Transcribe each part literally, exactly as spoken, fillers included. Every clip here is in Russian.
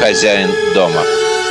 хозяин дома.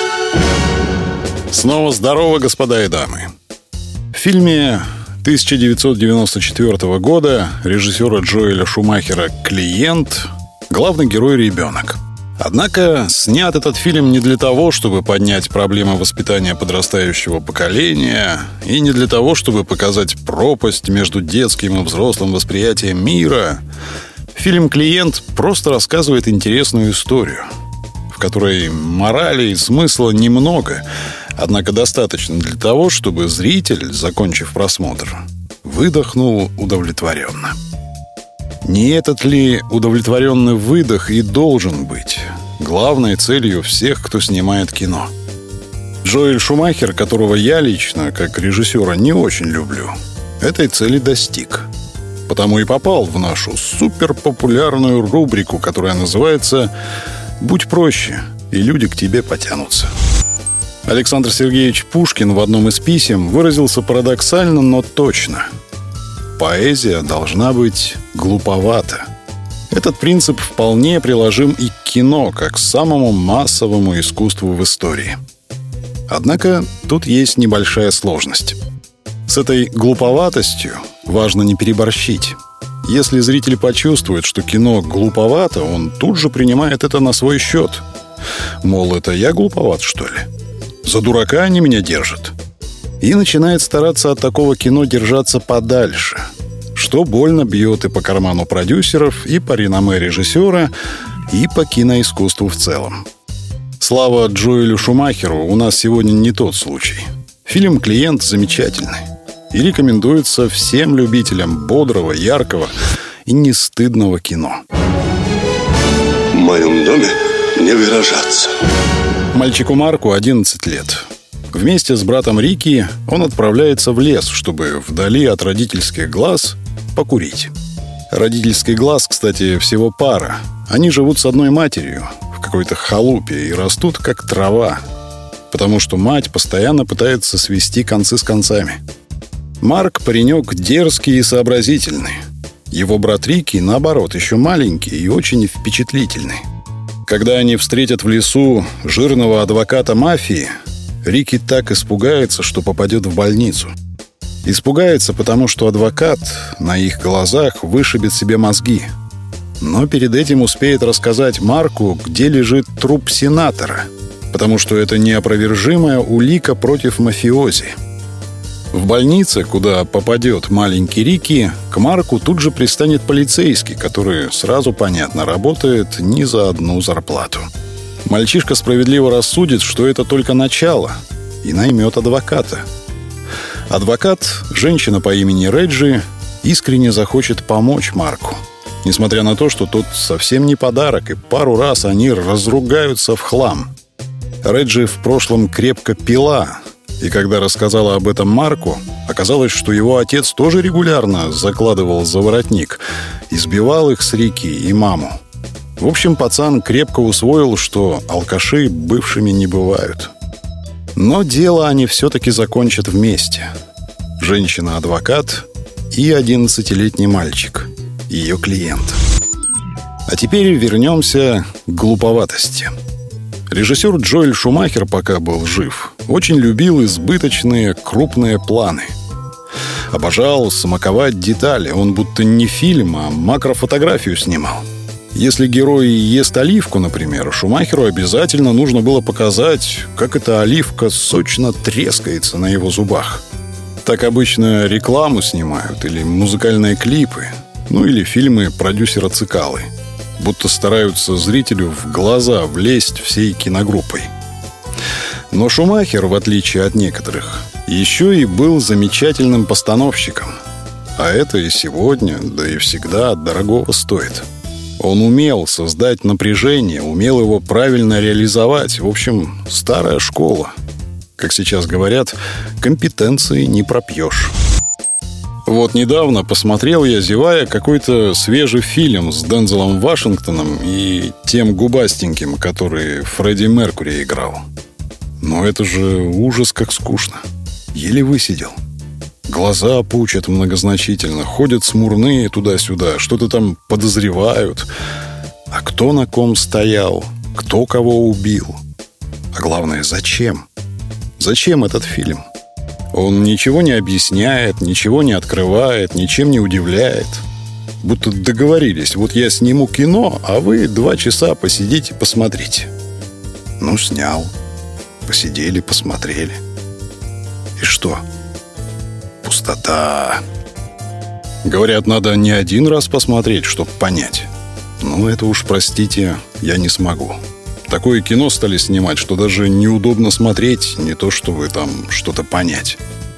Снова здорово, господа и дамы. В фильме тысяча девятьсот девяносто четвёртого года режиссера Джоэля Шумахера «Клиент» главный герой — ребенок. Однако снят этот фильм не для того, чтобы поднять проблемы воспитания подрастающего поколения, и не для того, чтобы показать пропасть между детским и взрослым восприятием мира. Фильм «Клиент» просто рассказывает интересную историю, в которой морали и смысла немного, однако достаточно для того, чтобы зритель, закончив просмотр, выдохнул удовлетворенно. Не этот ли удовлетворенный выдох и должен быть главной целью всех, кто снимает кино? Джоэль Шумахер, которого я лично, как режиссера, не очень люблю, этой цели достиг. Потому и попал в нашу суперпопулярную рубрику, которая называется «Будь проще, и люди к тебе потянутся». Александр Сергеевич Пушкин в одном из писем выразился парадоксально, но точно: поэзия должна быть глуповата. Этот принцип вполне приложим и к кино, как к самому массовому искусству в истории. Однако тут есть небольшая сложность. С этой глуповатостью важно не переборщить. Если зритель почувствует, что кино глуповато, он тут же принимает это на свой счет. Мол, это я глуповат, что ли? За дурака они меня держат. И начинает стараться от такого кино держаться подальше, что больно бьет и по карману продюсеров, и по реноме режиссера, и по киноискусству в целом. Слава Джоэлю Шумахеру, у нас сегодня не тот случай. Фильм «Клиент» замечательный и рекомендуется всем любителям бодрого, яркого и нестыдного кино. В моем доме не выражаться. Мальчику Марку одиннадцать лет. Вместе с братом Рики он отправляется в лес, чтобы вдали от родительских глаз покурить. Родительский глаз, кстати, всего пара. Они живут с одной матерью в какой-то халупе и растут как трава, потому что мать постоянно пытается свести концы с концами. Марк — паренек дерзкий и сообразительный. Его брат Рики, наоборот, еще маленький и очень впечатлительный. Когда они встретят в лесу жирного адвоката мафии, Рики так испугается, что попадет в больницу. Испугается, потому что адвокат на их глазах вышибет себе мозги. Но перед этим успеет рассказать Марку, где лежит труп сенатора, потому что это неопровержимая улика против мафиози. В больнице, куда попадет маленький Рики, к Марку тут же пристанет полицейский, который, сразу понятно, работает не за одну зарплату. Мальчишка справедливо рассудит, что это только начало, и наймет адвоката. Адвокат, женщина по имени Реджи, искренне захочет помочь Марку, несмотря на то, что тот совсем не подарок, и пару раз они разругаются в хлам. Реджи в прошлом крепко пила, и когда рассказала об этом Марку, оказалось, что его отец тоже регулярно закладывал за воротник, избивал их с Рики и маму. В общем, пацан крепко усвоил, что алкаши бывшими не бывают. Но дело они все-таки закончат вместе. Женщина-адвокат и одиннадцатилетний мальчик, ее клиент. А теперь вернемся к глуповатости. Режиссер Джоэль Шумахер, пока был жив, очень любил избыточные крупные планы. Обожал смаковать детали. Он будто не фильм, а макрофотографию снимал. Если герой ест оливку, например, Шумахеру обязательно нужно было показать, как эта оливка сочно трескается на его зубах. Так обычно рекламу снимают, или музыкальные клипы, ну или фильмы продюсера Цикалы. Будто стараются зрителю в глаза влезть всей киногруппой. Но Шумахер, в отличие от некоторых, еще и был замечательным постановщиком. А это и сегодня, да и всегда дорогого стоит. Он умел создать напряжение, умел его правильно реализовать. В общем, старая школа. Как сейчас говорят, компетенции не пропьешь. Вот недавно посмотрел я, зевая, какой-то свежий фильм с Дензелом Вашингтоном и тем губастеньким, который Фредди Меркьюри играл. Но это же ужас как скучно. Еле высидел. Глаза пучат многозначительно, ходят смурные туда-сюда, что-то там подозревают. А кто на ком стоял, кто кого убил. А главное, зачем? Зачем этот фильм? Он ничего не объясняет, ничего не открывает, ничем не удивляет. Будто договорились: вот я сниму кино, а вы два часа посидите, посмотрите. Ну, снял. Посидели, посмотрели. И что? Пустота. Говорят, надо не один раз посмотреть, чтобы понять. Ну, это уж, простите, я не смогу. Такое кино стали снимать, что даже неудобно смотреть, не то чтобы там что-то понять.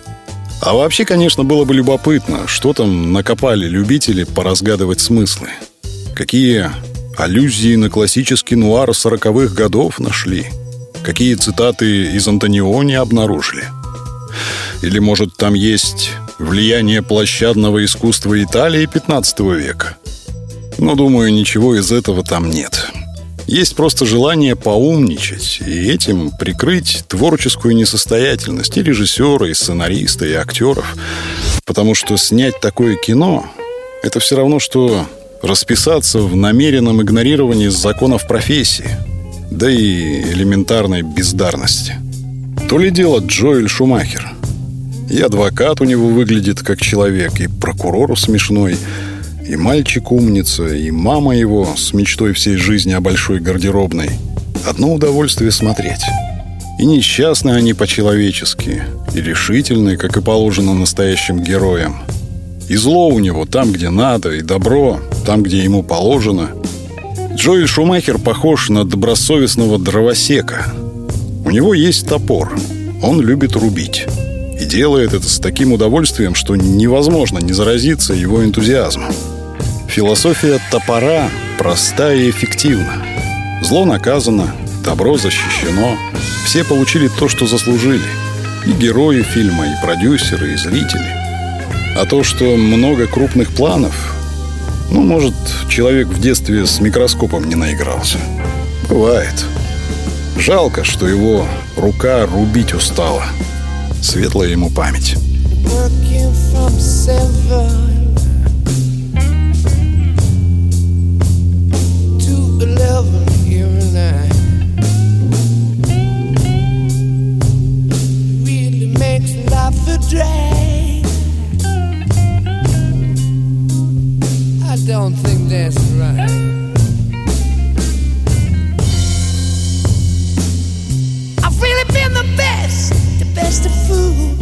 А вообще, конечно, было бы любопытно, что там накопали любители поразгадывать смыслы. Какие аллюзии на классический нуар сороковых годов нашли. Какие цитаты из Антониони обнаружили. Или, может, там есть влияние площадного искусства Италии пятнадцатого века. Но, думаю, ничего из этого там нет. Есть просто желание поумничать и этим прикрыть творческую несостоятельность и режиссера, и сценариста, и актеров. Потому что снять такое кино — это все равно, что расписаться в намеренном игнорировании законов профессии, да и элементарной бездарности. То ли дело Джоэль Шумахер. И адвокат у него выглядит как человек, и прокурор смешной, и мальчик умница, и мама его с мечтой всей жизни о большой гардеробной. Одно удовольствие смотреть. И несчастны они по-человечески, и решительны, как и положено настоящим героям. И зло у него там, где надо, и добро там, где ему положено. Джоэль Шумахер похож на добросовестного дровосека. У него есть топор. Он любит рубить. И делает это с таким удовольствием, что невозможно не заразиться его энтузиазмом. Философия топора проста и эффективна. Зло наказано, добро защищено. Все получили то, что заслужили. И герои фильма, и продюсеры, и зрители. А то, что много крупных планов, ну, может, человек в детстве с микроскопом не наигрался. Бывает. Жалко, что его рука рубить устала. Светлая ему память. Don't think that's right. I've really been the best, the best of food.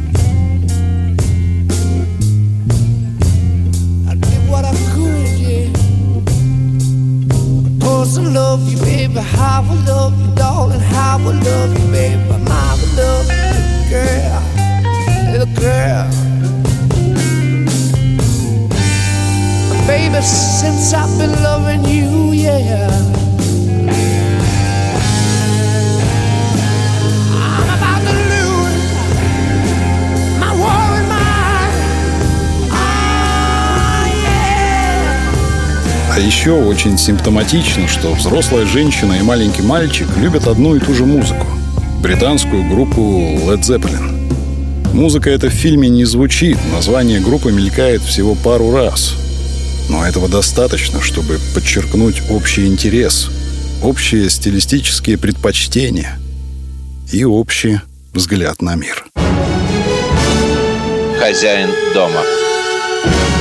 I did what I could, yeah. Of course I love you, baby. How I love you, darling. How I love you, baby. How I love you, girl, little girl. Baby, since I've been loving you, yeah, I'm about to lose my war and mind. Ah, yeah. А еще очень симптоматично, что взрослая женщина и маленький мальчик любят одну и ту же музыку. Британскую группу Led Zeppelin. Музыка эта в фильме не звучит, название группы мелькает всего пару раз. Но этого достаточно, чтобы подчеркнуть общий интерес, общие стилистические предпочтения и общий взгляд на мир. Хозяин дома.